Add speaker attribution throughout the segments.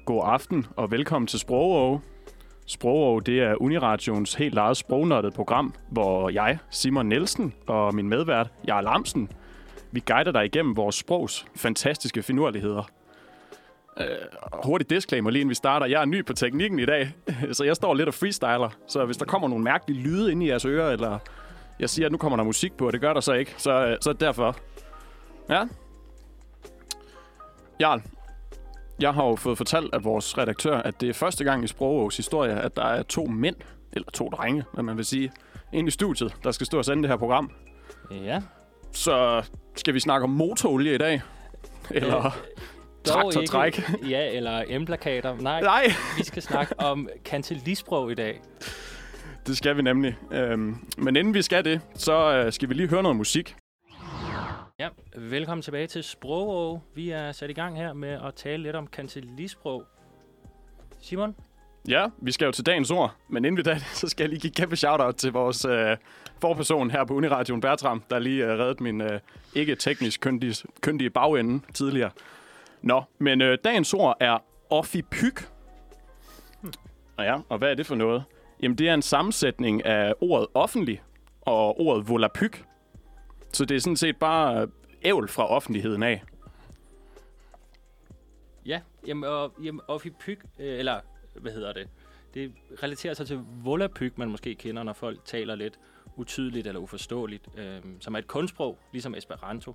Speaker 1: God aften og velkommen til Sprogov. Sprogov, det er Uniradions helt eget sprognørdede program, hvor jeg, Simon Nielsen, og min medvært, Jarl Lamsen, vi guider dig igennem vores sprogs fantastiske finurligheder. Hurtigt disclaimer lige inden vi starter. Jeg er ny på teknikken i dag, så jeg står lidt og freestyler. Så hvis der kommer nogle mærkelige lyde ind i jeres ører, eller jeg siger, at nu kommer der musik på, og det gør der så ikke, så derfor. Ja. Jarl, jeg har jo fået fortalt af vores redaktør, at det er første gang i Sprogovs historie, at der er 2 mænd, eller 2 drenge, hvad man vil sige, inde i studiet, der skal stå og sende det her program.
Speaker 2: Ja.
Speaker 1: Så skal vi snakke om motorolie i dag? Eller traktortræk?
Speaker 2: Ja, eller M-plakater. Nej, vi skal snakke om kantilisprog i dag.
Speaker 1: Det skal vi nemlig. Men inden vi skal det, så skal vi lige høre noget musik.
Speaker 2: Ja, velkommen tilbage til Sprogov. Vi er sat i gang her med at tale lidt om kantilisprog. Simon?
Speaker 1: Ja, vi skal jo til dagens ord, men inden vi da, så skal jeg lige give kæmpe shout-out til vores forperson her på Uniradioen, Bertram, der lige reddede min ikke teknisk kyndige bagende tidligere. Nå, men dagens ord er offipyg. Og hvad er det for noget? Jamen, det er en sammensætning af ordet offentlig og ordet volapyg. Så det er sådan set bare ævl fra offentligheden af.
Speaker 2: Ja, jamen offipyg, eller hvad hedder det? Det relaterer sig til volapyg, man måske kender, når folk taler lidt utydeligt eller uforståeligt, som er et kunstsprog, ligesom Esperanto.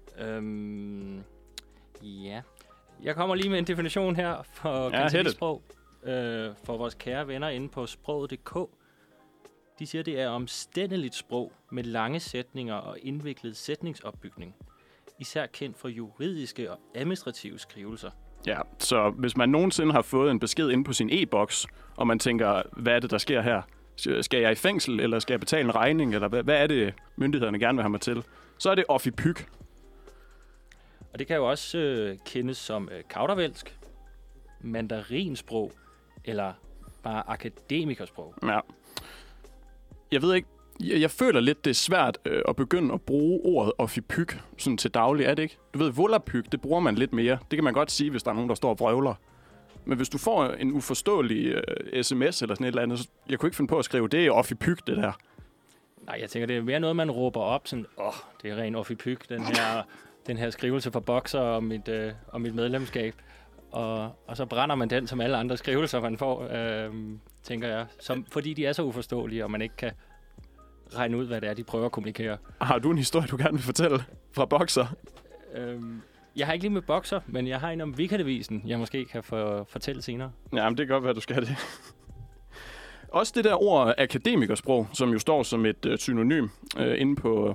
Speaker 2: Ja, jeg kommer lige med en definition her for kantilisprog for vores kære venner inde på sproget.dk. De siger, det er omstændeligt sprog med lange sætninger og indviklet sætningsopbygning. Især kendt for juridiske og administrative skrivelser. Ja,
Speaker 1: så hvis man nogensinde har fået en besked inde på sin e-boks, og man tænker, hvad er det, der sker her? Skal jeg i fængsel, eller skal jeg betale en regning, eller hvad er det, myndighederne gerne vil have mig til? Så er det offipyg.
Speaker 2: Og det kan jo også kendes som kaudervælsk, mandarinsprog, eller bare akademikersprog.
Speaker 1: Ja. Jeg ved ikke, jeg føler lidt, det er svært at begynde at bruge ordet offipyg sådan til daglig, er det ikke? Du ved, volapyg, det bruger man lidt mere. Det kan man godt sige, hvis der er nogen, der står og vrøvler. Men hvis du får en uforståelig sms eller sådan et eller andet, så jeg kunne ikke finde på at skrive, det er offipyg, det der.
Speaker 2: Nej, jeg tænker, det er mere noget, man råber op, sådan, det er ren offipyg, den her skrivelse fra Boxer om mit medlemskab. Og så brænder man den som alle andre skrivelser, man får, tænker jeg. Fordi de er så uforståelige, og man ikke kan regne ud, hvad det er, de prøver at kommunikere.
Speaker 1: Har du en historie, du gerne vil fortælle fra Boxer?
Speaker 2: Jeg har ikke lige med Boxer, men jeg har en om Weekendavisen, jeg måske kan fortælle senere.
Speaker 1: Jamen, det kan godt være, du skal have det. Også det der ord akademikersprog, som jo står som et synonym inde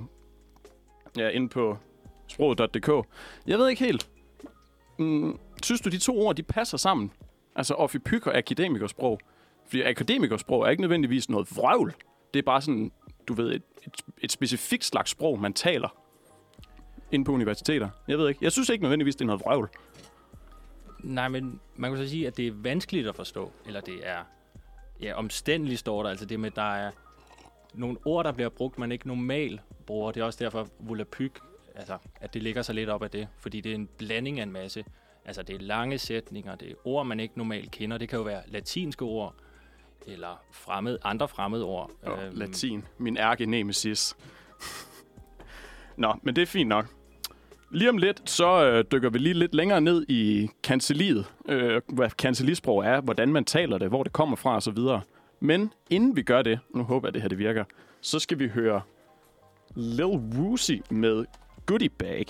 Speaker 1: på sproget.dk. Jeg ved ikke helt. Synes du, de 2 ord, de passer sammen? Altså offipyg og akademikersprog. Fordi akademikersprog er ikke nødvendigvis noget vrøvl. Det er bare sådan, du ved, et specifikt slags sprog, man taler inde på universiteter. Jeg ved ikke. Jeg synes ikke nødvendigvis, det er noget vrøvl.
Speaker 2: Nej, men man kan så sige, at det er vanskeligt at forstå. Eller det er omstændeligt, står der. Altså det med, der er nogle ord, der bliver brugt, man ikke normalt bruger. Det er også derfor volapyg, altså at det ligger sig lidt op af det. Fordi det er en blanding af en masse. Altså det er lange sætninger, det er ord, man ikke normalt kender. Det kan jo være latinske ord, eller andre fremmede ord.
Speaker 1: Latin. Min ærkenemesis. Nå, men det er fint nok. Lige om lidt, så dykker vi lige lidt længere ned i kancelliet. Hvad kancellisprog er, hvordan man taler det, hvor det kommer fra osv. Men inden vi gør det, nu håber jeg, det her det virker, så skal vi høre Lil Woozy med Goodie Bag.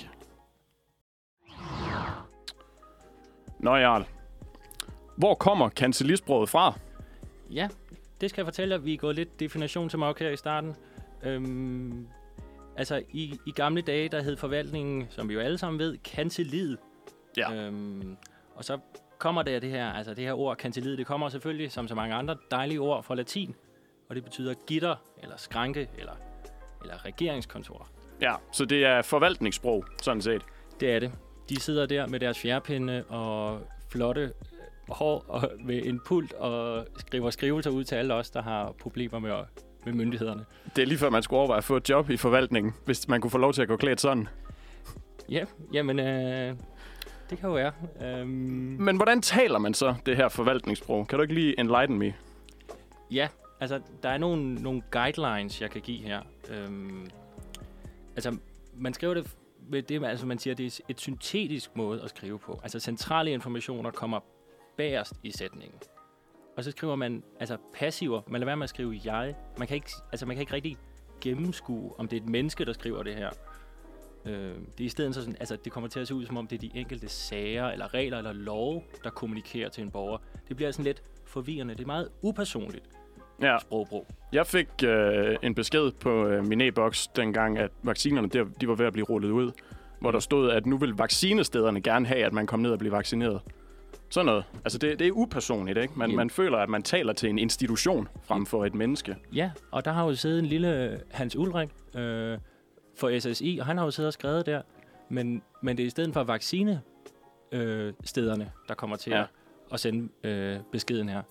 Speaker 1: Nå, Jarl. Hvor kommer kancellisproget fra?
Speaker 2: Ja, det skal jeg fortælle jer. Vi er gået lidt definition til mig her i starten. Altså, i gamle dage, der hed forvaltningen, som vi jo alle sammen ved, kancelliet.
Speaker 1: Ja.
Speaker 2: Og så kommer det her ord kancelliet, det kommer selvfølgelig, som så mange andre dejlige ord fra latin. Og det betyder gitter, eller skranke, eller regeringskontor.
Speaker 1: Ja, så det er forvaltningssprog, sådan set.
Speaker 2: Det er det. De sidder der med deres fjerpinde og flotte hår og med en pult og skriver skrivelser ud til alle os, der har problemer med myndighederne.
Speaker 1: Det er lige før, man skulle overveje at få et job i forvaltningen, hvis man kunne få lov til at gå klædt sådan.
Speaker 2: Ja, jamen, det det kan jo være.
Speaker 1: Men hvordan taler man så det her forvaltningssprog? Kan du ikke lige enlighten me?
Speaker 2: Ja, altså, der er nogle guidelines, jeg kan give her. Altså, man skriver det ved det, altså man siger, det er et syntetisk måde at skrive på. Altså, centrale informationer kommer bagerst i sætningen. Og så skriver man, altså, passiver. Man lader være med at skrive jeg. Man kan ikke rigtig gennemskue, om det er et menneske, der skriver det her. Det er i stedet sådan, altså, det kommer til at se ud, som om det er de enkelte sager, eller regler, eller love, der kommunikerer til en borger. Det bliver sådan lidt forvirrende. Det er meget upersonligt.
Speaker 1: Ja.
Speaker 2: Sprogbrug.
Speaker 1: Jeg fik en besked på min e-boks dengang, at vaccinerne de var ved at blive rullet ud, hvor der stod, at nu vil vaccinestederne gerne have, at man kommer ned og bliver vaccineret. Sådan noget. Altså, det er upersonligt, ikke? Man føler, at man taler til en institution frem for et menneske.
Speaker 2: Ja, og der har jo siddet en lille Hans Ulrik for SSI, og han har jo siddet og skrevet der, men det er i stedet for vaccinestederne, der kommer til at sende beskeden her.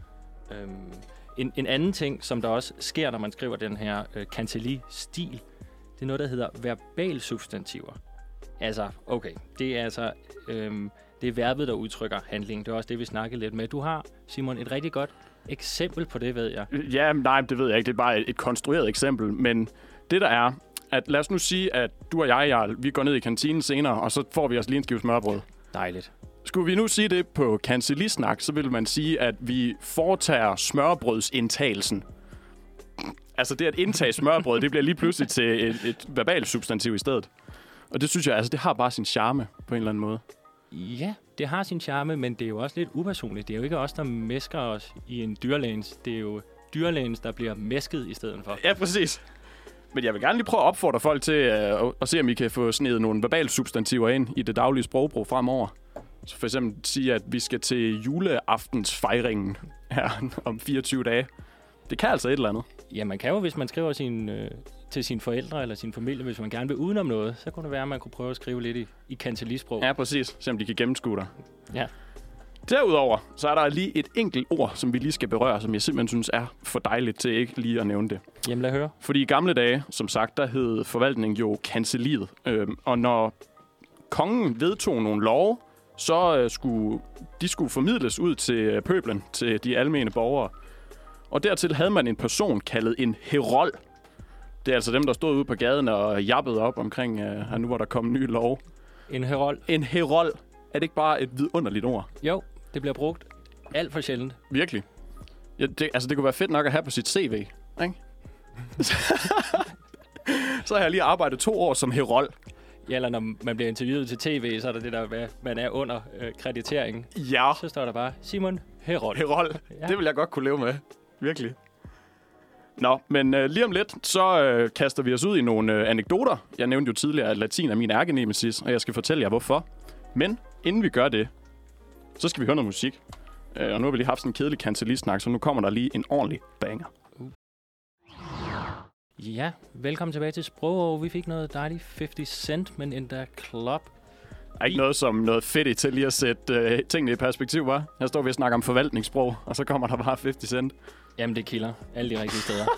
Speaker 2: En anden ting, som der også sker, når man skriver den her kancelli-stil, det er noget, der hedder verbalsubstantiver. Altså, okay, det er altså det er verbet, der udtrykker handling. Det er også det, vi snakkede lidt med. Du har, Simon, et rigtig godt eksempel på det, ved jeg.
Speaker 1: Ja, nej, det ved jeg ikke. Det er bare et konstrueret eksempel. Men det der er, at lad os nu sige, at du og jeg, Jarl, vi går ned i kantinen senere, og så får vi os lige en skive smørbrød.
Speaker 2: Dejligt.
Speaker 1: Skulle vi nu sige det på kancellisnak, så vil man sige, at vi foretager smørbrødsindtagelsen. Altså det at indtage smørbrød, det bliver lige pludselig til et verbalt substantiv i stedet. Og det synes jeg, altså det har bare sin charme på en eller anden måde.
Speaker 2: Ja, det har sin charme, men det er jo også lidt upersonligt. Det er jo ikke os, der mæsker os i en dyrlægens. Det er jo dyrlægens, der bliver mæsket i stedet for.
Speaker 1: Ja, præcis. Men jeg vil gerne lige prøve at opfordre folk til at se, om I kan få snedet nogle verbale substantiver ind i det daglige sprogbrug fremover. Så for eksempel sige, at vi skal til juleaftensfejringen her om 24 dage. Det kan altså et eller andet.
Speaker 2: Ja, man kan jo, hvis man skriver til sine forældre eller sin familie, hvis man gerne vil udenom noget, så kunne det være, at man kunne prøve at skrive lidt i kancellisprog.
Speaker 1: Ja, præcis. Se om de kan gennemskue dig.
Speaker 2: Ja.
Speaker 1: Derudover, så er der lige et enkelt ord, som vi lige skal berøre, som jeg simpelthen synes er for dejligt til ikke lige at nævne det.
Speaker 2: Jamen lad høre.
Speaker 1: Fordi i gamle dage, som sagt, der hed forvaltningen jo kancelliet. Og når kongen vedtog nogle love, så skulle formidles ud til pøblen, til de almene borgere. Og dertil havde man en person kaldet en herold. Det er altså dem, der stod ude på gaden og jappede op omkring, at nu var der kommet ny lov.
Speaker 2: En herold.
Speaker 1: En herold. Er det ikke bare et vidunderligt ord?
Speaker 2: Jo, det bliver brugt alt for sjældent. Virkelig.
Speaker 1: Ja, det kunne være fedt nok at have på sit CV, ikke? Så har jeg lige arbejdet 2 år som herold.
Speaker 2: Ja, eller når man bliver interviewet til tv, så er der det der, hvad man er under krediteringen.
Speaker 1: Ja.
Speaker 2: Så står der bare, Simon Herold.
Speaker 1: Herold. Ja. Det vil jeg godt kunne leve med. Virkelig. Nå, men lige om lidt, så kaster vi os ud i nogle anekdoter. Jeg nævnte jo tidligere, at latin er min ærkenemesis, og jeg skal fortælle jer, hvorfor. Men inden vi gør det, så skal vi høre noget musik. Og nu har vi lige haft sådan en kedelig kancellisnak, så nu kommer der lige en ordentlig banger.
Speaker 2: Ja, velkommen tilbage til Sprogov. Vi fik noget dejligt 50 Cent, men in the club.
Speaker 1: Er ikke noget som noget fedt til lige at sætte tingene i perspektiv, hva'? Her står vi og snakker om forvaltningssprog, og så kommer der bare 50 Cent.
Speaker 2: Jamen, det kilder alle de rigtige steder.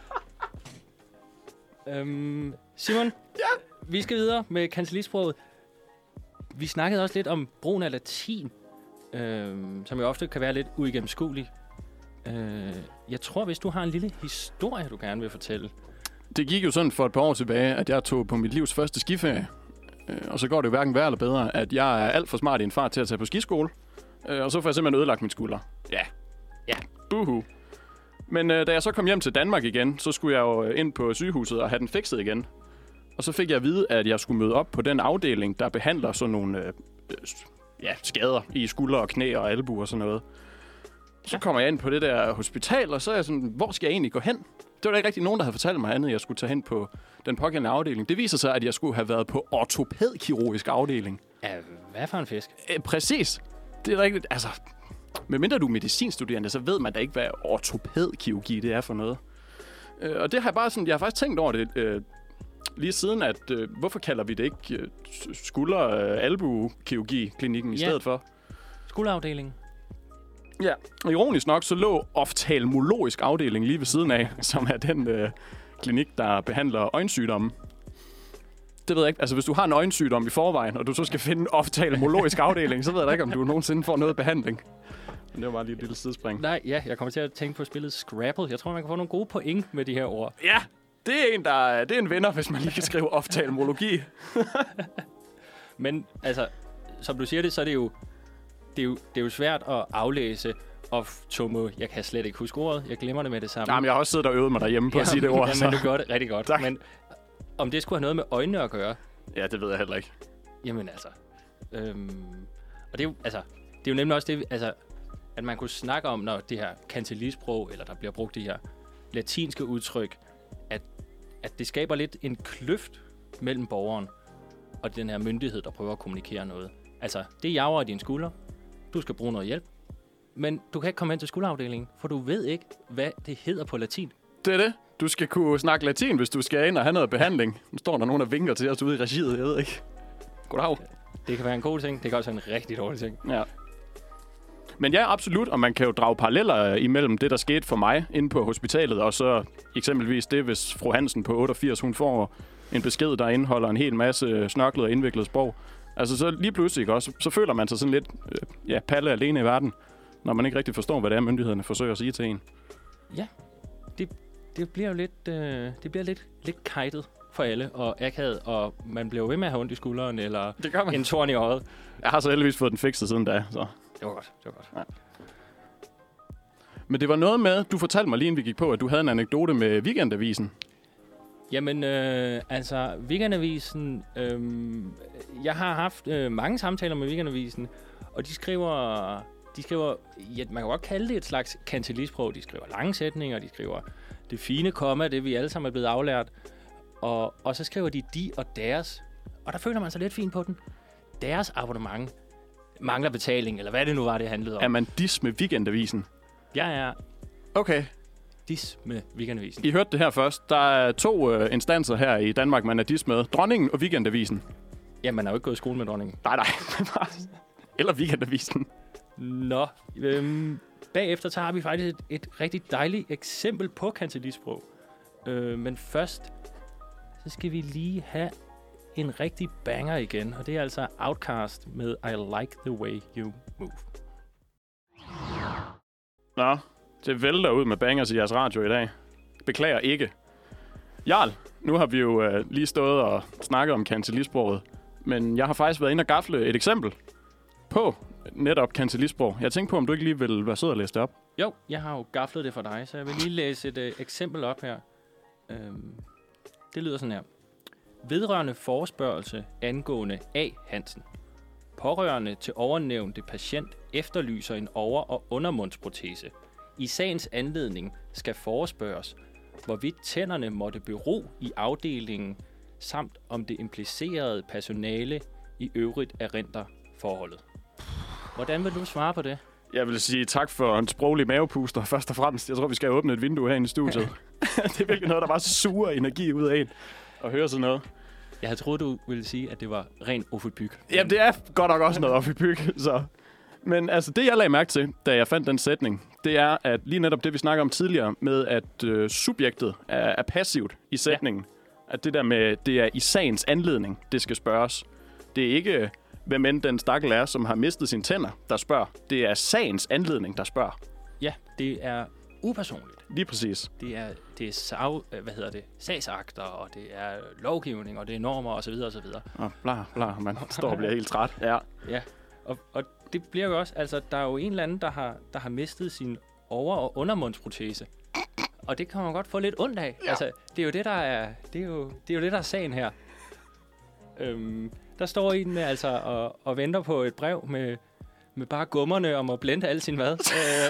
Speaker 2: Simon, vi skal videre med kancellisproget. Vi snakkede også lidt om brugen af latin, som jo ofte kan være lidt uigennemskuelig. Jeg tror, hvis du har en lille historie, du gerne vil fortælle.
Speaker 1: Det gik jo sådan for et par år tilbage, at jeg tog på mit livs første skiferie. Og så går det jo hverken værre eller bedre, at jeg er alt for smart i en far til at tage på skiskole. Og så får jeg simpelthen ødelagt min skulder. Ja. Buhu. Men da jeg så kom hjem til Danmark igen, så skulle jeg jo ind på sygehuset og have den fikset igen. Og så fik jeg at vide, at jeg skulle møde op på den afdeling, der behandler sådan nogle skader i skulder og knæ og albuer og sådan noget. Så kommer jeg ind på det der hospital, og så er jeg sådan, hvor skal jeg egentlig gå hen? Det var der ikke rigtig nogen, der havde fortalt mig andet, at jeg skulle tage hen på den pågældende afdeling. Det viser sig, at jeg skulle have været på ortopædkirurgisk afdeling.
Speaker 2: Ja, hvad for en fisk?
Speaker 1: Præcis. Det er rigtigt. Altså, medmindre du er medicinstuderende, så ved man da ikke, hvad ortopædkirurgi det er for noget. Og det har jeg bare sådan, jeg har faktisk tænkt over det lige siden, at hvorfor kalder vi det ikke skulder-albu-kirurgi-klinikken i stedet for?
Speaker 2: Skulderafdelingen.
Speaker 1: Ja, og ironisk nok, så lå oftalmologisk afdeling lige ved siden af, som er den klinik, der behandler øjensygdomme. Det ved jeg ikke. Altså, hvis du har en øjensygdom i forvejen, og du så skal finde en oftalmologisk afdeling, så ved jeg ikke, om du nogensinde får noget behandling. Men det var bare lige et lille sidespring.
Speaker 2: Nej, ja, jeg kommer til at tænke på spillet Scrabble. Jeg tror, man kan få nogle gode point med de her ord.
Speaker 1: Ja, det er en vinder, hvis man lige kan skrive oftalmologi.
Speaker 2: Men altså, som du siger det, så er det er jo svært at aflæse oftomo. Jeg kan slet ikke huske ordet. Jeg glemmer det med det samme.
Speaker 1: Jamen, jeg har også siddet og øvet mig derhjemme på at sige det ord.
Speaker 2: Ja, men du gør det rigtig godt.
Speaker 1: Tak.
Speaker 2: Men om det skulle have noget med øjnene at gøre?
Speaker 1: Ja, det ved jeg heller ikke.
Speaker 2: Jamen altså. Og det er jo, altså, det er jo nemlig også det, altså, at man kunne snakke om, når det her kancellisprog, eller der bliver brugt det her latinske udtryk, at det skaber lidt en kløft mellem borgeren og den her myndighed, der prøver at kommunikere noget. Altså, det jager i dine skuldre. Du skal bruge noget hjælp. Men du kan ikke komme hen til skulderafdelingen, for du ved ikke, hvad det hedder på latin.
Speaker 1: Det er det. Du skal kunne snakke latin, hvis du skal ind og have noget behandling. Nu står der nogen, der vinker til os ude i regiet. Jeg ved ikke. Goddag. Det
Speaker 2: kan være en god ting. Det kan også være en rigtig dårlig ting.
Speaker 1: Ja. Men ja, absolut. Og man kan jo drage paralleller imellem det, der skete for mig inde på hospitalet, og så eksempelvis det, hvis fru Hansen på 88, hun får en besked, der indeholder en hel masse snørklet og indviklet sprog. Altså så lige pludselig også, så føler man sig sådan lidt palle alene i verden, når man ikke rigtig forstår, hvad det er, myndighederne forsøger at sige til en.
Speaker 2: Ja, det bliver jo lidt kajtet for alle, og akavet, og man bliver ved med at have ondt i skulderen, eller en torn i øjet.
Speaker 1: Jeg har så heldigvis fået den fikset siden da, så...
Speaker 2: Det var godt. Ja.
Speaker 1: Men det var noget med, du fortalte mig lige inden vi gik på, at du havde en anekdote med Weekendavisen.
Speaker 2: Jamen, altså, Weekendavisen... jeg har haft mange samtaler med Weekendavisen, og de skriver, ja, man kan godt kalde det et slags kancellisprog. De skriver lange sætninger, de skriver det fine komma, det vi alle sammen er blevet aflært. Og så skriver de og deres. Og der føler man sig lidt fint på den. Deres abonnement mangler betaling, eller hvad det nu var, det handlede om.
Speaker 1: Er man dis med Weekendavisen?
Speaker 2: Jeg er
Speaker 1: okay.
Speaker 2: Dis med Weekendavisen.
Speaker 1: I hørte det her først. Der er 2 instanser her i Danmark, man er dis med. Dronningen og Weekendavisen.
Speaker 2: Ja, man har jo ikke gået i skole med dronningen.
Speaker 1: Nej. Eller Weekendavisen.
Speaker 2: Nå, bagefter så har vi faktisk et rigtig dejligt eksempel på kancellisprog. Men først, så skal vi lige have en rigtig banger igen, og det er altså Outkast med I Like The Way You Move.
Speaker 1: Nå, det vælter ud med bangers i jeres radio i dag. Beklager ikke. Jarl, nu har vi jo lige stået og snakket om kancellisproget, men jeg har faktisk været inde og gafle et eksempel på netop kancellisprog. Jeg tænkte på, om du ikke lige vil være sød og læse det op.
Speaker 2: Jo, jeg har jo gaflet det for dig, så jeg vil lige læse et eksempel op her. Det lyder sådan her. Vedrørende forespørgelse angående A. Hansen. Pårørende til overnævnte patient efterlyser en over- og undermundsprotese. I sagens anledning skal forespørges, hvorvidt tænderne måtte bero i afdelingen, samt om det implicerede personale i øvrigt erindrer forholdet. Hvordan vil du svare på det?
Speaker 1: Jeg vil sige tak for en sproglig mavepuster, først og fremmest. Jeg tror, vi skal åbne et vindue herinde i studiet. Det er virkelig noget, der bare suger energi ud af en at høre sådan noget.
Speaker 2: Jeg havde troet, du ville sige, at det var ren Offe-Pyg.
Speaker 1: Jamen, det er godt nok også noget Offe-Pyg, så... Men altså, det jeg lagde mærke til, da jeg fandt den sætning, det er, at lige netop det, vi snakker om tidligere, med at subjektet er passivt i sætningen. Ja. At det der med, det er i sagens anledning, det skal spørges. Det er ikke, hvem end den stakkel er, som har mistet sine tænder, der spørger. Det er sagens anledning, der spørger.
Speaker 2: Ja, det er upersonligt.
Speaker 1: Lige præcis.
Speaker 2: Det er sagsakter, og det er lovgivning, og det er normer, og så videre, og så videre.
Speaker 1: Og bla, man står og bliver helt træt. Ja.
Speaker 2: Ja, og det bliver jo også, altså, der er jo en eller anden, der har mistet sin over- og undermundsprotese. Og det kan man godt få lidt ondt af. Ja. Altså, det er jo det, der er, det er jo det, der er sagen her. Der står en med, altså, og venter på et brev med bare gummerne om at blende al sin mad.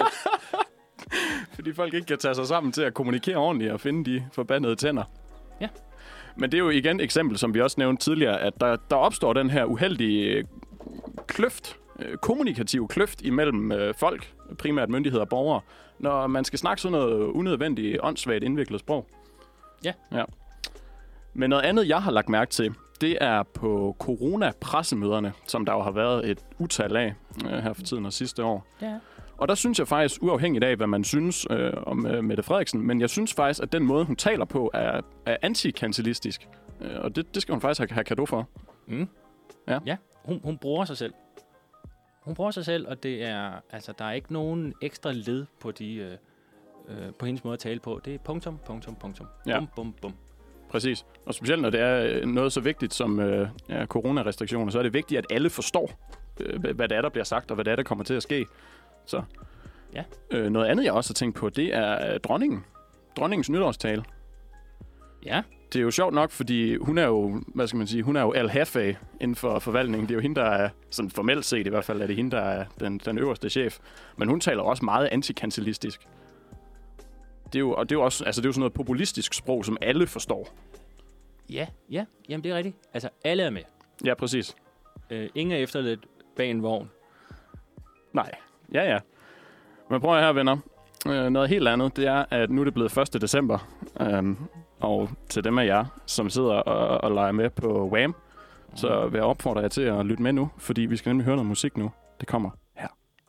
Speaker 1: Fordi folk ikke kan tage sig sammen til at kommunikere ordentligt og finde de forbandede tænder.
Speaker 2: Ja.
Speaker 1: Men det er jo igen et eksempel, som vi også nævnte tidligere, at der opstår den her uheldige kløft, kommunikativ kløft imellem folk, primært myndigheder og borgere, når man skal snakke sådan noget unødvendigt, åndssvagt indviklet sprog.
Speaker 2: Ja.
Speaker 1: Men noget andet, jeg har lagt mærke til, det er på corona-pressemøderne, som der jo har været et utal af her for tiden og sidste år.
Speaker 2: Ja.
Speaker 1: Og der synes jeg faktisk, uafhængigt af, hvad man synes om Mette Frederiksen, men jeg synes faktisk, at den måde, hun taler på, er antikancelistisk. Og det skal hun faktisk have cadeau for.
Speaker 2: Mm. Ja. Hun bruger sig selv. Hun bruger sig selv, og det er, altså, der er ikke nogen ekstra led på på hendes måde at tale på. Det er punktum, punktum, punktum.
Speaker 1: Ja.
Speaker 2: Bum, bum, bum.
Speaker 1: Præcis. Og specielt når det er noget så vigtigt som coronarestriktioner, så er det vigtigt, at alle forstår, hvad det er, der bliver sagt, og hvad det er, der kommer til at ske. Så
Speaker 2: ja.
Speaker 1: Noget andet, jeg også har tænkt på, det er dronningen. Dronningens nytårstale.
Speaker 2: Ja.
Speaker 1: Det er jo sjovt nok, fordi hun er jo, hvad skal man sige, hun er jo al-Hafa inden for forvaltningen. Det er jo hende, der er, sådan formelt set i hvert fald, er det hende, der er den øverste chef. Men hun taler også meget antikancelistisk. Det er jo også, altså det er jo sådan noget populistisk sprog, som alle forstår.
Speaker 2: Ja. Jamen, det er rigtigt. Altså, alle er med.
Speaker 1: Ja, præcis.
Speaker 2: Ingen er efterladt bag en vogn.
Speaker 1: Nej. Ja. Men prøv her, venner. Noget helt andet, det er, at nu er det blevet 1. december. Og til dem af jer, som sidder og leger med på Wham, så vil jeg opfordre jer til at lytte med nu, fordi vi skal nemlig høre noget musik nu. Det kommer her.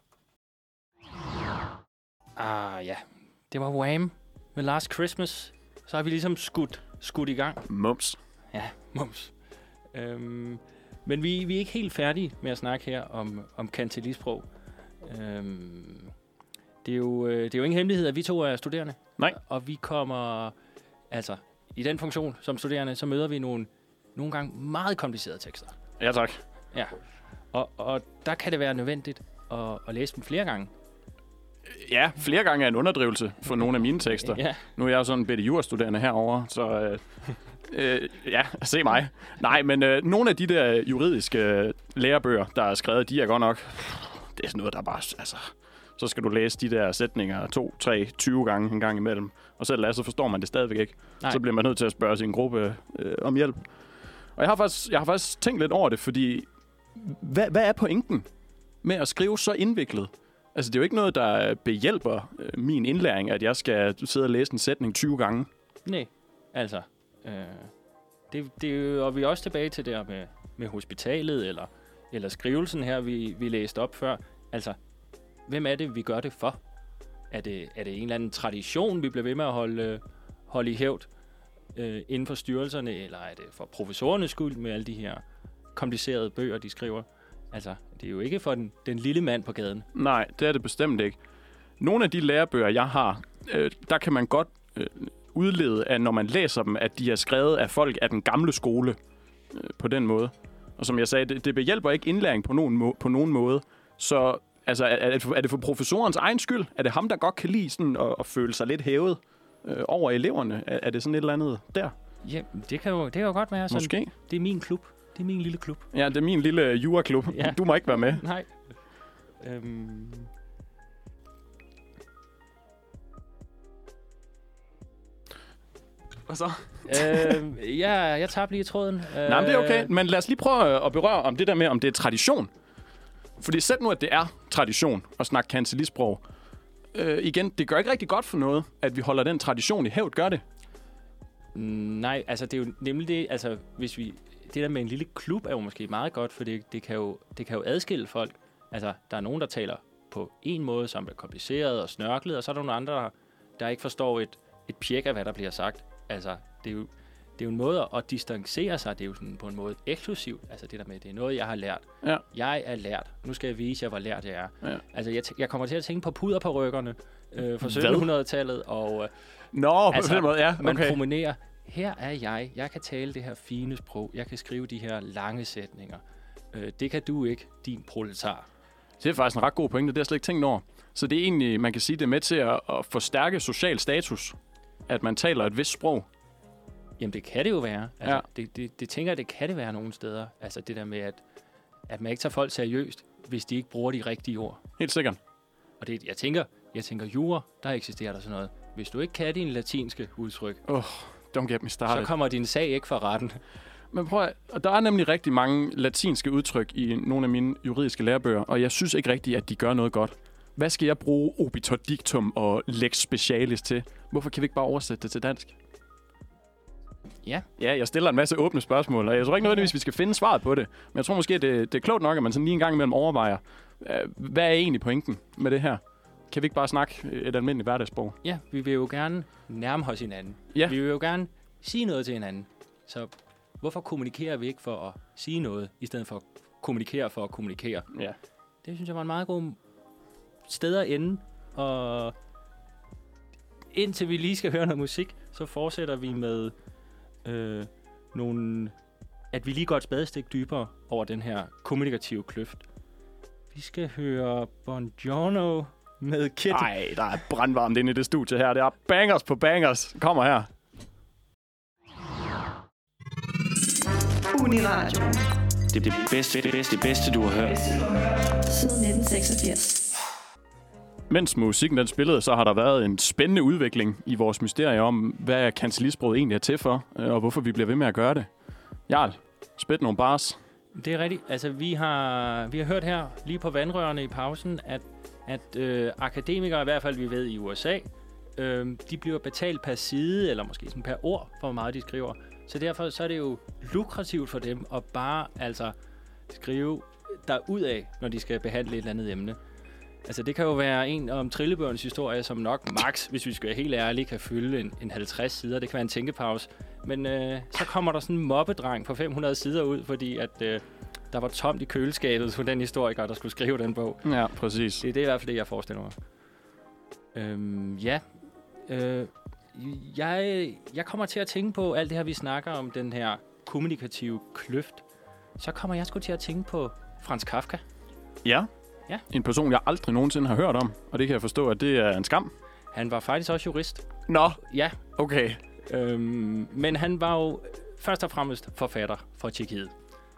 Speaker 2: Ja. Det var Wham med Last Christmas. Så har vi ligesom skudt i gang.
Speaker 1: Mums.
Speaker 2: Ja, mums. Men vi er ikke helt færdige med at snakke her om kancelisprog. Det er jo ingen hemmelighed, at vi to er studerende.
Speaker 1: Nej.
Speaker 2: Og vi kommer, altså i den funktion som studerende, så møder vi nogle gange meget komplicerede tekster.
Speaker 1: Ja, tak.
Speaker 2: Ja. Og der kan det være nødvendigt at læse dem flere gange.
Speaker 1: Ja, flere gange er en underdrivelse for nogle af mine tekster.
Speaker 2: Ja.
Speaker 1: Nu er jeg jo sådan en bitte jurastuderende herovre, så ja, se mig. Nej, men nogle af de der juridiske lærebøger, der er skrevet, de er godt nok... Det er sådan noget, der bare... Altså, så skal du læse de der sætninger 2, 3, 20 gange en gang imellem. Og selv så forstår man det stadigvæk ikke. Nej. Så bliver man nødt til at spørge sin gruppe om hjælp. Og jeg har faktisk tænkt lidt over det, fordi... Hvad er pointen med at skrive så indviklet? Altså, det er jo ikke noget, der behjælper min indlæring, at jeg skal sidde og læse en sætning 20 gange.
Speaker 2: Nej, altså... og vi er også tilbage til det her med hospitalet, eller skrivelsen her, vi læste op før. Altså, hvem er det, vi gør det for? Er det en eller anden tradition, vi bliver ved med at holde i hævd inden for styrelserne, eller er det for professorernes skyld med alle de her komplicerede bøger, de skriver? Altså, det er jo ikke for den lille mand på gaden.
Speaker 1: Nej, det er det bestemt ikke. Nogle af de lærebøger, jeg har, der kan man godt udlede, at når man læser dem, at de er skrevet af folk af den gamle skole på den måde. Og som jeg sagde, det behjælper ikke indlæring på nogen måde. Så altså, er det for professorens egen skyld? Er det ham, der godt kan lide sådan at føle sig lidt hævet over eleverne? Er det sådan et eller andet der?
Speaker 2: Ja, det kan jo godt være sådan.
Speaker 1: Måske.
Speaker 2: Det er min klub. Det er min lille klub.
Speaker 1: Ja, det er min lille juraklub. Ja. Du må ikke være med.
Speaker 2: Nej.
Speaker 1: Hvad så?
Speaker 2: Jeg tabte lige tråden.
Speaker 1: Nej, men det er okay. Men lad os lige prøve at berøre om det der med, om det er tradition. Fordi selv nu, at det er tradition at snakke kancelisprog. Igen, det gør ikke rigtig godt for noget, at vi holder den tradition i hævd. Gør det?
Speaker 2: Nej, altså det er jo nemlig det, altså hvis vi... Det der med en lille klub er jo måske meget godt, for det kan jo adskille folk. Altså, der er nogen, der taler på en måde, som er kompliceret og snørklet, og så er der nogle andre, der ikke forstår et pjek af, hvad der bliver sagt. Altså, det er jo en måde at distancere sig. Det er jo sådan på en måde eksklusivt. Altså, det der med, det er noget, jeg har lært. Ja. Jeg er lært. Nu skal jeg vise jer, hvor lært jeg er. Ja. Altså, jeg kommer til at tænke på puderparykkerne fra 1700-tallet, og
Speaker 1: på den måde, ja. Okay.
Speaker 2: Man promenerer. Her er jeg. Jeg kan tale det her fine sprog. Jeg kan skrive de her lange sætninger. Det kan du ikke, din proletar.
Speaker 1: Det er faktisk en ret god pointe. Det har jeg slet ikke tænkt over. Så det er egentlig, man kan sige, det er med til at forstærke social status, at man taler et vist sprog.
Speaker 2: Jamen, det kan det jo være. Altså, ja. Det tænker jeg, det kan det være nogle steder. Altså det der med, at man ikke tager folk seriøst, hvis de ikke bruger de rigtige ord.
Speaker 1: Helt sikkert.
Speaker 2: Og det, jeg tænker jura, der eksisterer der sådan noget. Hvis du ikke kan dine latinske udtryk,
Speaker 1: don't get me started.
Speaker 2: Så kommer din sag ikke for retten.
Speaker 1: Men prøv at, der er nemlig rigtig mange latinske udtryk i nogle af mine juridiske lærebøger, og jeg synes ikke rigtigt, at de gør noget godt. Hvad skal jeg bruge obiter dictum og lex specialis til? Hvorfor kan vi ikke bare oversætte det til dansk?
Speaker 2: Ja.
Speaker 1: Ja, jeg stiller en masse åbne spørgsmål, og jeg tror ikke nødvendigvis, vi skal finde svaret på det. Men jeg tror måske, det er klogt nok, at man sådan lige en gang imellem overvejer, hvad er egentlig pointen med det her? Kan vi ikke bare snakke et almindeligt hverdagssprog?
Speaker 2: Ja, vi vil jo gerne nærme os hinanden.
Speaker 1: Ja.
Speaker 2: Vi vil jo gerne sige noget til hinanden. Så Hvorfor kommunikerer vi ikke for at sige noget, i stedet for at kommunikere for at kommunikere?
Speaker 1: Ja.
Speaker 2: Det synes jeg var en meget god sted at ende. Og indtil vi lige skal høre noget musik, så fortsætter vi med at vi lige går et spadestik dybere over den her kommunikative kløft. Vi skal høre Buongiorno med Kitty.
Speaker 1: Nej, der er brandvarmt inde i det studie her. Det er bangers på bangers. Kommer her.
Speaker 3: Uniradio.
Speaker 4: Det er det bedste, du har hørt.
Speaker 3: Siden 1986.
Speaker 1: Mens musikken den spillede, så har der været en spændende udvikling i vores mysterie om, hvad kancellisproget egentlig er til for, og hvorfor vi bliver ved med at gøre det. Jarl, spæt nogle bars.
Speaker 2: Det er rigtigt. Altså, vi har hørt her lige på vandrørene i pausen, at akademikere, i hvert fald vi ved i USA, de bliver betalt per side, eller måske sådan per ord, for hvor meget de skriver. Så derfor så er det jo lukrativt for dem at bare altså skrive derudad, når de skal behandle et eller andet emne. Altså, det kan jo være en om Trillebørns historie, som nok max, hvis vi skal være helt ærlige, kan fylde en 50 sider. Det kan være en tænkepause. Men så kommer der sådan en mobbedreng på 500 sider ud, fordi at der var tomt i køleskabet for den historiker, der skulle skrive den bog.
Speaker 1: Ja, præcis.
Speaker 2: Det er i hvert fald det, jeg forestiller mig. Jeg kommer til at tænke på alt det her, vi snakker om, den her kommunikative kløft. Så kommer jeg sgu til at tænke på Franz Kafka.
Speaker 1: Ja.
Speaker 2: Ja.
Speaker 1: En person, jeg aldrig nogensinde har hørt om, og det kan jeg forstå, at det er en skam.
Speaker 2: Han var faktisk også jurist.
Speaker 1: Nå,
Speaker 2: Ja,
Speaker 1: okay.
Speaker 2: men han var jo først og fremmest forfatter for Tjekkiet.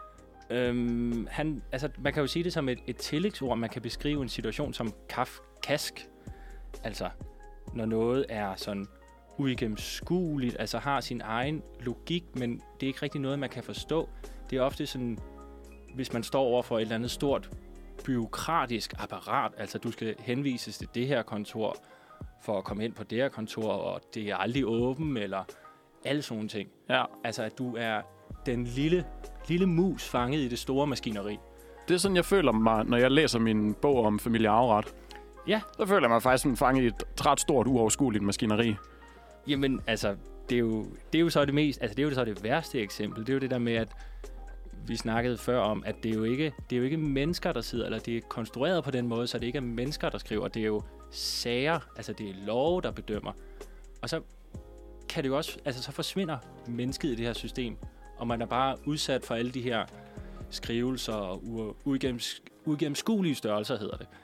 Speaker 2: Man kan jo sige det som et tillægsord, man kan beskrive en situation som kafkask. Altså, når noget er sådan uigennemskueligt, altså har sin egen logik, men det er ikke rigtig noget, man kan forstå. Det er ofte sådan, hvis man står over for et eller andet stort bureaukratisk apparat, altså du skal henvises til det her kontor for at komme ind på det her kontor, og det er aldrig åben, eller alle sådan nogle ting.
Speaker 1: Ja.
Speaker 2: Altså, at du er den lille mus fanget i det store maskineri.
Speaker 1: Det er sådan, jeg føler mig, når jeg læser min bog om familie arveret.
Speaker 2: Ja.
Speaker 1: Så føler jeg mig faktisk sådan fanget i et ret stort, uoverskueligt maskineri.
Speaker 2: Jamen, altså, det er jo så det mest, altså det er jo så det værste eksempel. Det er jo det der med, at vi snakkede før om, at det er jo ikke mennesker, der sidder, eller det er konstrueret på den måde, så det ikke er mennesker, der skriver. Det er jo sager, altså det er love, der bedømmer. Og så kan det jo også, altså så forsvinder mennesket i det her system, og man er bare udsat for alle de her skrivelser og uigennemskuelige størrelser, hedder det.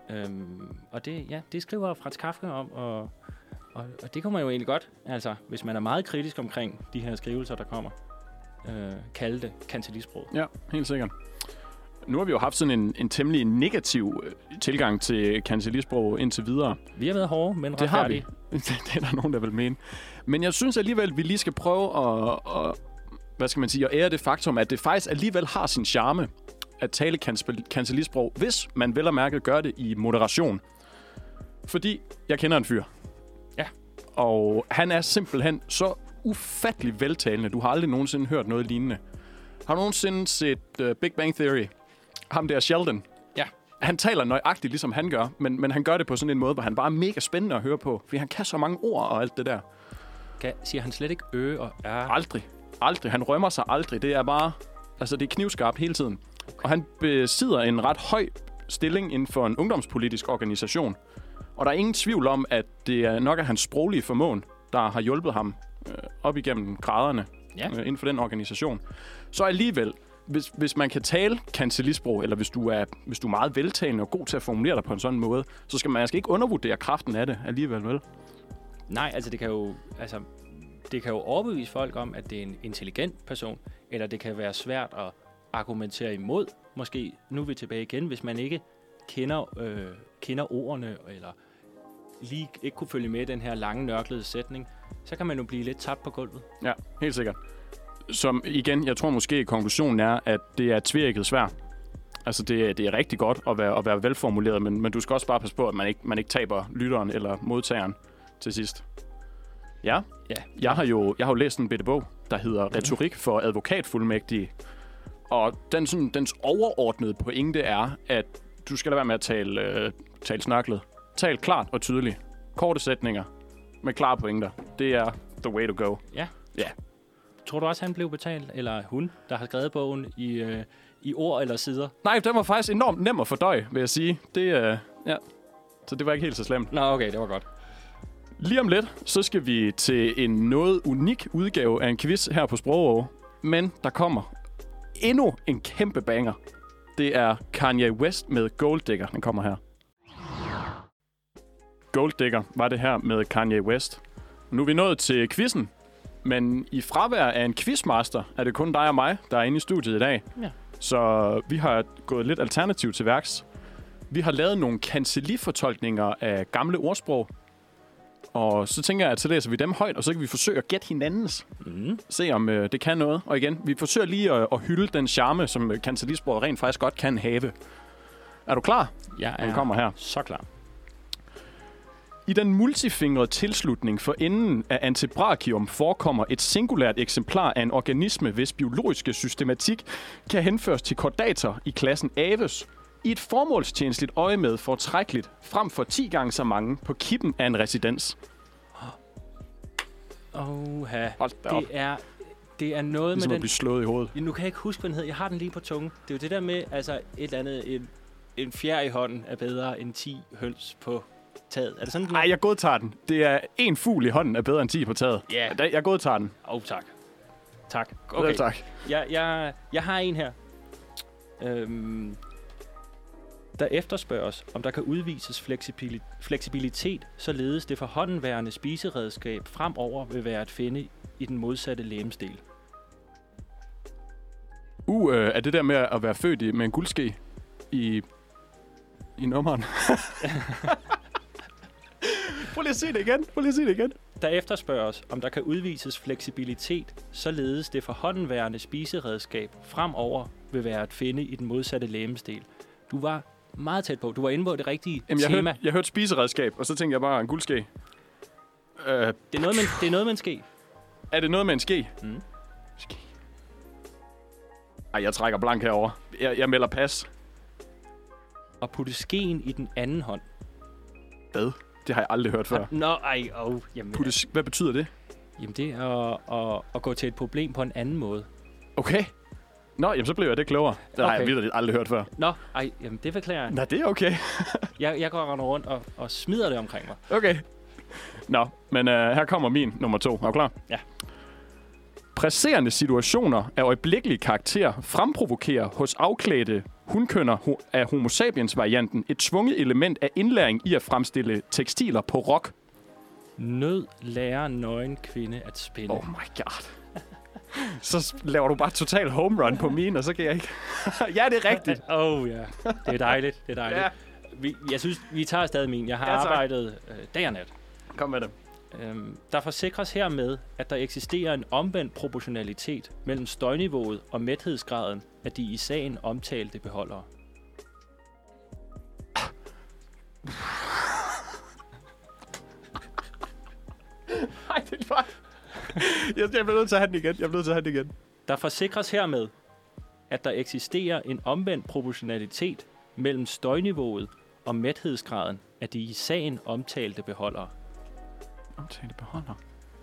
Speaker 2: Og det skriver Franz Kafka om, og det kunne man jo egentlig godt, altså hvis man er meget kritisk omkring de her skrivelser, der kommer, kalde det kancellisprog.
Speaker 1: Ja, helt sikkert. Nu har vi jo haft sådan en temmelig negativ tilgang til kancellisprog indtil videre.
Speaker 2: Vi har været hårde, men
Speaker 1: det har
Speaker 2: retfærdige.
Speaker 1: vi. Det er der nogen, der vil mene. Men jeg synes alligevel, vi lige skal prøve at hvad skal man sige, at ære det faktum, at det faktisk alligevel har sin charme at tale kancellisprog, hvis man vel og mærket gør det i moderation. Fordi jeg kender en fyr.
Speaker 2: Ja.
Speaker 1: Og han er simpelthen så ufattelig veltalende. Du har aldrig nogensinde hørt noget lignende. Har du nogensinde set Big Bang Theory? Ham der Sheldon.
Speaker 2: Ja.
Speaker 1: Han taler nøjagtigt, ligesom han gør, men han gør det på sådan en måde, hvor han bare er mega spændende at høre på. Fordi han kan så mange ord og alt det der.
Speaker 2: Siger han slet ikke og er?
Speaker 1: Aldrig. Han rømmer sig aldrig. Det er bare, altså det er knivskarpt hele tiden. Okay. Og han besidder en ret høj stilling inden for en ungdomspolitisk organisation. Og der er ingen tvivl om, at det er nok af hans sproglige formåen, der har hjulpet ham op igennem graderne inden for den organisation. Så alligevel, hvis man kan tale kancellisprog, eller hvis du er meget veltalende og god til at formulere dig på en sådan måde, så skal man altså ikke undervurdere kraften af det alligevel, vel?
Speaker 2: Nej, altså det kan jo overbevise folk om, at det er en intelligent person, eller det kan være svært at argumentere imod. Måske nu er vi tilbage igen, hvis man ikke kender ordene, eller lige ikke kunne følge med i den her lange, nørklede sætning, så kan man jo blive lidt tabt på gulvet.
Speaker 1: Ja, helt sikkert. Som igen, jeg tror måske, konklusionen er, at det er tveægget svært. Altså, det er rigtig godt at være velformuleret, men du skal også bare passe på, at man ikke taber lytteren eller modtageren til sidst. Ja. Jeg har jo læst en bitte bog, der hedder Retorik for advokatfuldmægtige. Og dens overordnede pointe er, at du skal lade være med at tale snørklet. Tal klart og tydeligt. Korte sætninger med klare pointer. Det er the way to go.
Speaker 2: Ja.
Speaker 1: Ja.
Speaker 2: Tror du også, han blev betalt? Eller hun, der har skrevet bogen i ord eller sider?
Speaker 1: Nej, den var faktisk enormt nem at fordøje, vil jeg sige. Ja. Så det var ikke helt så slemt.
Speaker 2: Nå, okay, det var godt.
Speaker 1: Lige om lidt, så skal vi til en noget unik udgave af en quiz her på Sprogov. Men der kommer endnu en kæmpe banger. Det er Kanye West med Gold Digger. Den kommer her. Gold Digger var det her med Kanye West. Nu er vi nået til quizzen. Men i fravær af en quizmaster, er det kun dig og mig, der er inde i studiet i dag.
Speaker 2: Ja.
Speaker 1: Så vi har gået lidt alternativ til værks. Vi har lavet nogle kancellifortolkninger af gamle ordsprog. Og så tænker jeg, at så læser vi dem højt, og så kan vi forsøge at gætte hinandens. Se om det kan noget. Og igen, vi forsøger lige at hylde den charme, som kancellisproget rent faktisk godt kan have. Er du klar?
Speaker 2: Jeg
Speaker 1: Den kommer her.
Speaker 2: så klar.
Speaker 1: I den multifingrede tilslutning for enden af antebrachium forekommer et singulært eksemplar af en organisme, hvis biologiske systematik kan henføres til chordater i klassen Aves, i et formålstjenestligt øjemed fortrækkeligt frem for 10 gange så mange på kippen af en residens.
Speaker 2: Det er noget
Speaker 1: ligesom
Speaker 2: med
Speaker 1: at blive slået i hovedet.
Speaker 2: Nu kan jeg ikke huske, hvad den hedder. Jeg har den lige på tungen. Det er jo det der med, altså et eller andet, en fjer i hånden er bedre end 10 høns på taget. Er det sådan?
Speaker 1: Nej, jeg godtager den. Det er en fugl i hånden er bedre end 10 på taget.
Speaker 2: Ja.
Speaker 1: Jeg godtager den.
Speaker 2: Tak. Tak. Okay.
Speaker 1: Tak.
Speaker 2: Jeg har en her. Der efterspørges, om der kan udvises fleksibilitet, således det forhåndenværende spiseredskab fremover vil være at finde i den modsatte legemsdel.
Speaker 1: Er det der med at være født med en guldske i nummeren? Prøv lige at se det igen.
Speaker 2: Der efterspørges, om der kan udvises fleksibilitet, således det forhåndenværende spiseredskab fremover vil være at finde i den modsatte legemsdel. Du var meget tæt på. Du var inde på det rigtige tema.
Speaker 1: Jeg hørte spiseredskab, og så tænkte jeg bare en guldske.
Speaker 2: Det er noget med en ske.
Speaker 1: Er det noget med en ske? Ske. Ej, jeg trækker blank herover. Jeg melder pas.
Speaker 2: Og putte skeen i den anden hånd.
Speaker 1: Hvad? Det har jeg aldrig hørt før.
Speaker 2: Jamen,
Speaker 1: Hvad betyder det?
Speaker 2: Jamen, det er at gå til et problem på en anden måde.
Speaker 1: Okay. Nå, jamen så blev jeg det klogere. Det har jeg virkelig aldrig hørt før.
Speaker 2: Jamen det forklarer jeg.
Speaker 1: Nej, det er okay.
Speaker 2: jeg går rundt og smider det omkring mig.
Speaker 1: Okay. Nå, men her kommer min nummer 2. Er du klar?
Speaker 2: Ja.
Speaker 1: Presserende situationer af øjeblikkelig karakter fremprovokerer hos afklædte hunkønner af homo sapiens-varianten et tvunget element af indlæring i at fremstille tekstiler på rock.
Speaker 2: Nød lærer nøgen kvinde at spille.
Speaker 1: Oh my god. Så laver du bare total home run på min, og så kan jeg ikke... Ja, det er rigtigt.
Speaker 2: Ja. Det er dejligt. Ja. Jeg synes, vi tager stadig min. Jeg har arbejdet dag og nat.
Speaker 1: Kom med det.
Speaker 2: Der forsikres hermed, at der eksisterer en omvendt proportionalitet mellem støjniveauet og mæthedsgraden af de i sagen omtalte beholdere.
Speaker 1: Nej, det var... Jeg bliver nødt til at have den igen.
Speaker 2: Der forsikres hermed, at der eksisterer en omvendt proportionalitet mellem støjniveauet og mæthedsgraden af de i sagen omtalte beholdere.
Speaker 1: Omtalte beholdere?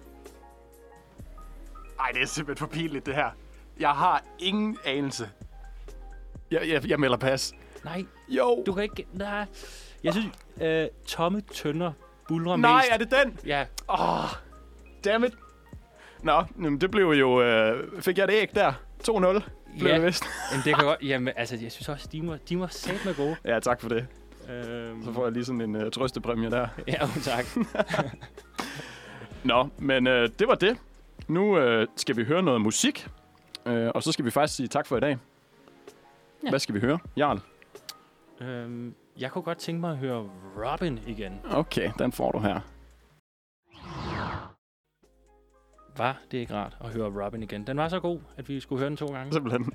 Speaker 1: Ej, det er simpelthen for pinligt, det her. Jeg har ingen anelse. Jeg melder pas.
Speaker 2: Nej.
Speaker 1: Jo.
Speaker 2: Du kan ikke... Nej. Jeg synes, tomme tønder bulrer mest.
Speaker 1: Nej, er det den?
Speaker 2: Ja.
Speaker 1: Damn it. Nå, det blev jo... fik jeg et æg der? 2-0. Blev det vist.
Speaker 2: Jamen, det kan godt... Jamen, altså, jeg synes også, de var satme gode.
Speaker 1: Ja, tak for det. Så får jeg lige sådan en trøstepræmie der.
Speaker 2: Ja, tak.
Speaker 1: Nå, men det var det. Nu skal vi høre noget musik. Og så skal vi faktisk sige tak for i dag. Ja. Hvad skal vi høre? Jarl?
Speaker 2: Jeg kunne godt tænke mig at høre Robin igen.
Speaker 1: Okay, den får du her.
Speaker 2: Var det ikke rart at høre Robin igen? Den var så god, at vi skulle høre den 2 gange.
Speaker 1: Simpelthen.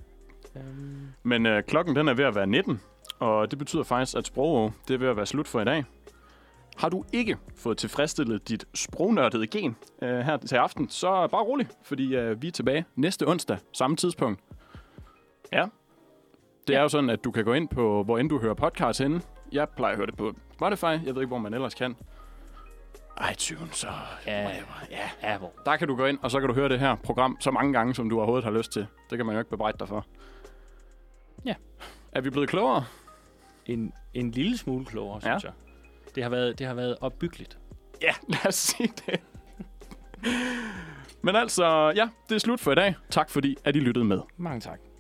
Speaker 1: Men klokken den er ved at være 19, og det betyder faktisk, at Sprogov det er ved at være slut for i dag. Har du ikke fået tilfredsstillet dit sprognørdede gen her til aften, så bare rolig, fordi vi er tilbage næste onsdag, samme tidspunkt. Ja, det er jo sådan, at du kan gå ind på, hvor end du hører podcast henne. Jeg plejer at høre det på Spotify. Jeg ved ikke, hvor man ellers kan. iTunes og
Speaker 2: Ja.
Speaker 1: whatever.
Speaker 2: Ja, hvor?
Speaker 1: Der kan du gå ind, og så kan du høre det her program så mange gange, som du overhovedet har lyst til. Det kan man jo ikke bebrejde dig for.
Speaker 2: Ja.
Speaker 1: Er vi blevet klogere?
Speaker 2: En lille smule klogere, synes jeg. Det har været opbyggeligt.
Speaker 1: Ja, lad os sige det. Men altså, ja, det er slut for i dag. Tak fordi, at I lyttede med.
Speaker 2: Mange tak.